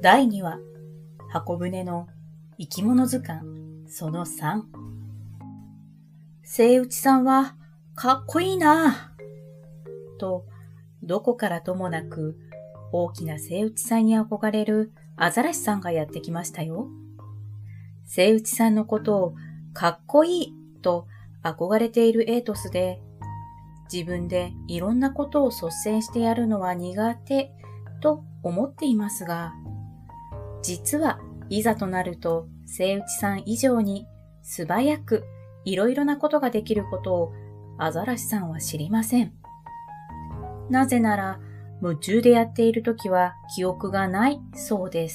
第2話、箱舟の生き物図鑑その3。セイウチさんはかっこいいなぁ。と、どこからともなく大きなセイウチさんに憧れるアザラシさんがやってきましたよ。セイウチさんのことをかっこいいと憧れているエイトスで、自分でいろんなことを率先してやるのは苦手と思っていますが、実はいざとなるとセイウチさん以上に素早くいろいろなことができることをアザラシさんは知りません。なぜなら夢中でやっているときは記憶がないそうです。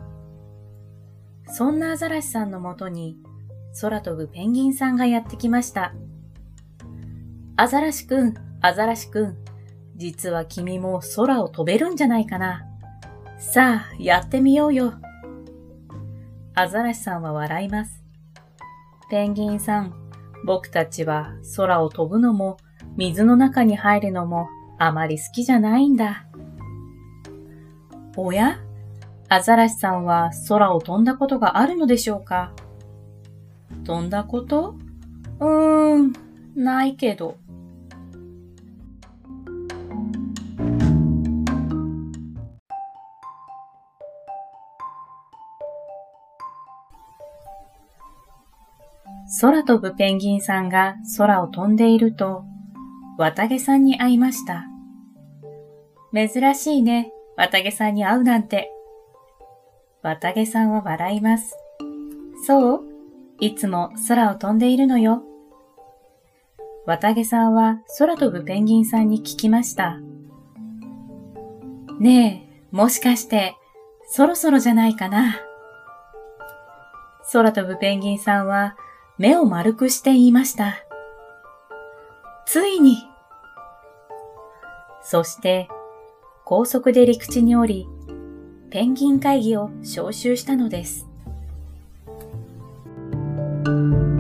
そんなアザラシさんのもとに空飛ぶペンギンさんがやってきました。アザラシくん、アザラシくん、実は君も空を飛べるんじゃないかな。さあ、やってみようよ。アザラシさんは笑います。ペンギンさん、僕たちは空を飛ぶのも水の中に入るのもあまり好きじゃないんだ。おや？アザラシさんは空を飛んだことがあるのでしょうか？飛んだこと？ないけど。空飛ぶペンギンさんが空を飛んでいると、綿毛さんに会いました。珍しいね、綿毛さんに会うなんて。綿毛さんは笑います。そう？いつも空を飛んでいるのよ。綿毛さんは空飛ぶペンギンさんに聞きました。ねえ、もしかしてそろそろじゃないかな。空飛ぶペンギンさんは目を丸くして言いました。ついに。そして高速で陸地に降り、ペンギン会議を招集したのです。